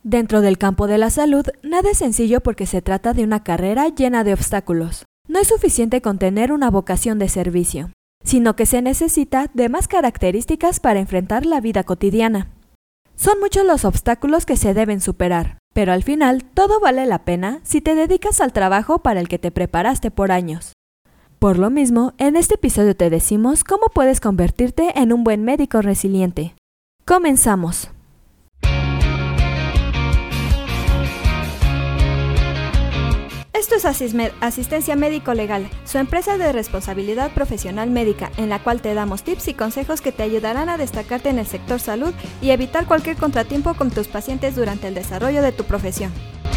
Dentro del campo de la salud, nada es sencillo porque se trata de una carrera llena de obstáculos. No es suficiente con tener una vocación de servicio, sino que se necesita de más características para enfrentar la vida cotidiana. Son muchos los obstáculos que se deben superar, pero al final todo vale la pena si te dedicas al trabajo para el que te preparaste por años. Por lo mismo, en este episodio te decimos cómo puedes convertirte en un buen médico resiliente. ¡Comenzamos! Esto es Asismed, Asistencia Médico Legal, su empresa de responsabilidad profesional médica, en la cual te damos tips y consejos que te ayudarán a destacarte en el sector salud y evitar cualquier contratiempo con tus pacientes durante el desarrollo de tu profesión.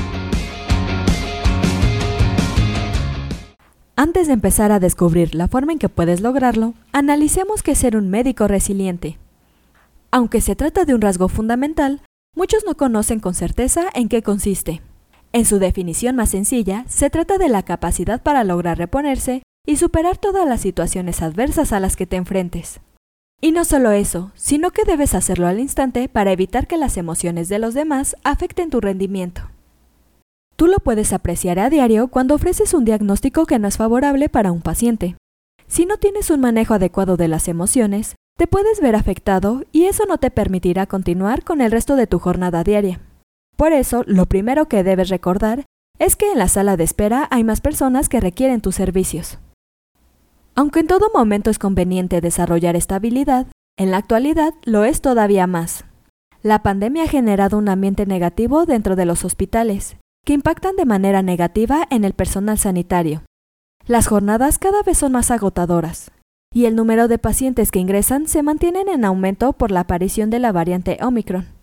Antes de empezar a descubrir la forma en que puedes lograrlo, analicemos qué es ser un médico resiliente. Aunque se trata de un rasgo fundamental, muchos no conocen con certeza en qué consiste. En su definición más sencilla, se trata de la capacidad para lograr reponerse y superar todas las situaciones adversas a las que te enfrentes. Y no solo eso, sino que debes hacerlo al instante para evitar que las emociones de los demás afecten tu rendimiento. Tú lo puedes apreciar a diario cuando ofreces un diagnóstico que no es favorable para un paciente. Si no tienes un manejo adecuado de las emociones, te puedes ver afectado y eso no te permitirá continuar con el resto de tu jornada diaria. Por eso, lo primero que debes recordar es que en la sala de espera hay más personas que requieren tus servicios. Aunque en todo momento es conveniente desarrollar esta habilidad, en la actualidad lo es todavía más. La pandemia ha generado un ambiente negativo dentro de los hospitales, que impactan de manera negativa en el personal sanitario. Las jornadas cada vez son más agotadoras, y el número de pacientes que ingresan se mantienen en aumento por la aparición de la variante Omicron.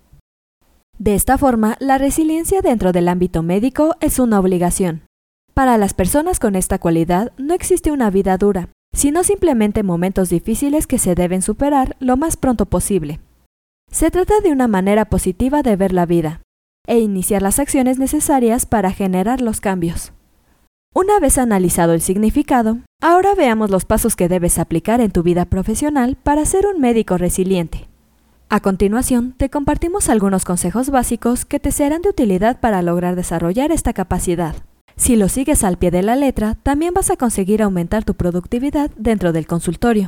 De esta forma, la resiliencia dentro del ámbito médico es una obligación. Para las personas con esta cualidad no existe una vida dura, sino simplemente momentos difíciles que se deben superar lo más pronto posible. Se trata de una manera positiva de ver la vida, e iniciar las acciones necesarias para generar los cambios. Una vez analizado el significado, ahora veamos los pasos que debes aplicar en tu vida profesional para ser un médico resiliente. A continuación, te compartimos algunos consejos básicos que te serán de utilidad para lograr desarrollar esta capacidad. Si lo sigues al pie de la letra, también vas a conseguir aumentar tu productividad dentro del consultorio.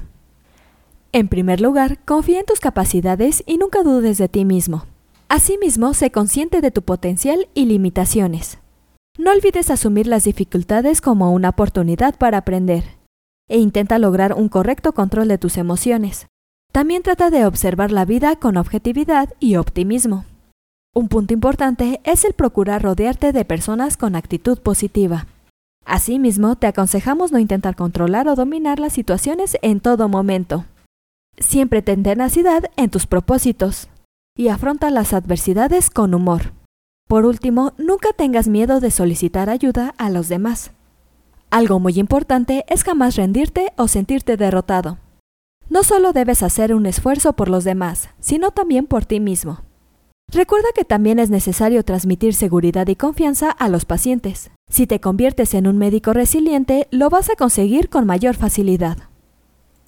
En primer lugar, confía en tus capacidades y nunca dudes de ti mismo. Asimismo, sé consciente de tu potencial y limitaciones. No olvides asumir las dificultades como una oportunidad para aprender, e intenta lograr un correcto control de tus emociones. También trata de observar la vida con objetividad y optimismo. Un punto importante es el procurar rodearte de personas con actitud positiva. Asimismo, te aconsejamos no intentar controlar o dominar las situaciones en todo momento. Siempre ten tenacidad en tus propósitos y afronta las adversidades con humor. Por último, nunca tengas miedo de solicitar ayuda a los demás. Algo muy importante es jamás rendirte o sentirte derrotado. No solo debes hacer un esfuerzo por los demás, sino también por ti mismo. Recuerda que también es necesario transmitir seguridad y confianza a los pacientes. Si te conviertes en un médico resiliente, lo vas a conseguir con mayor facilidad.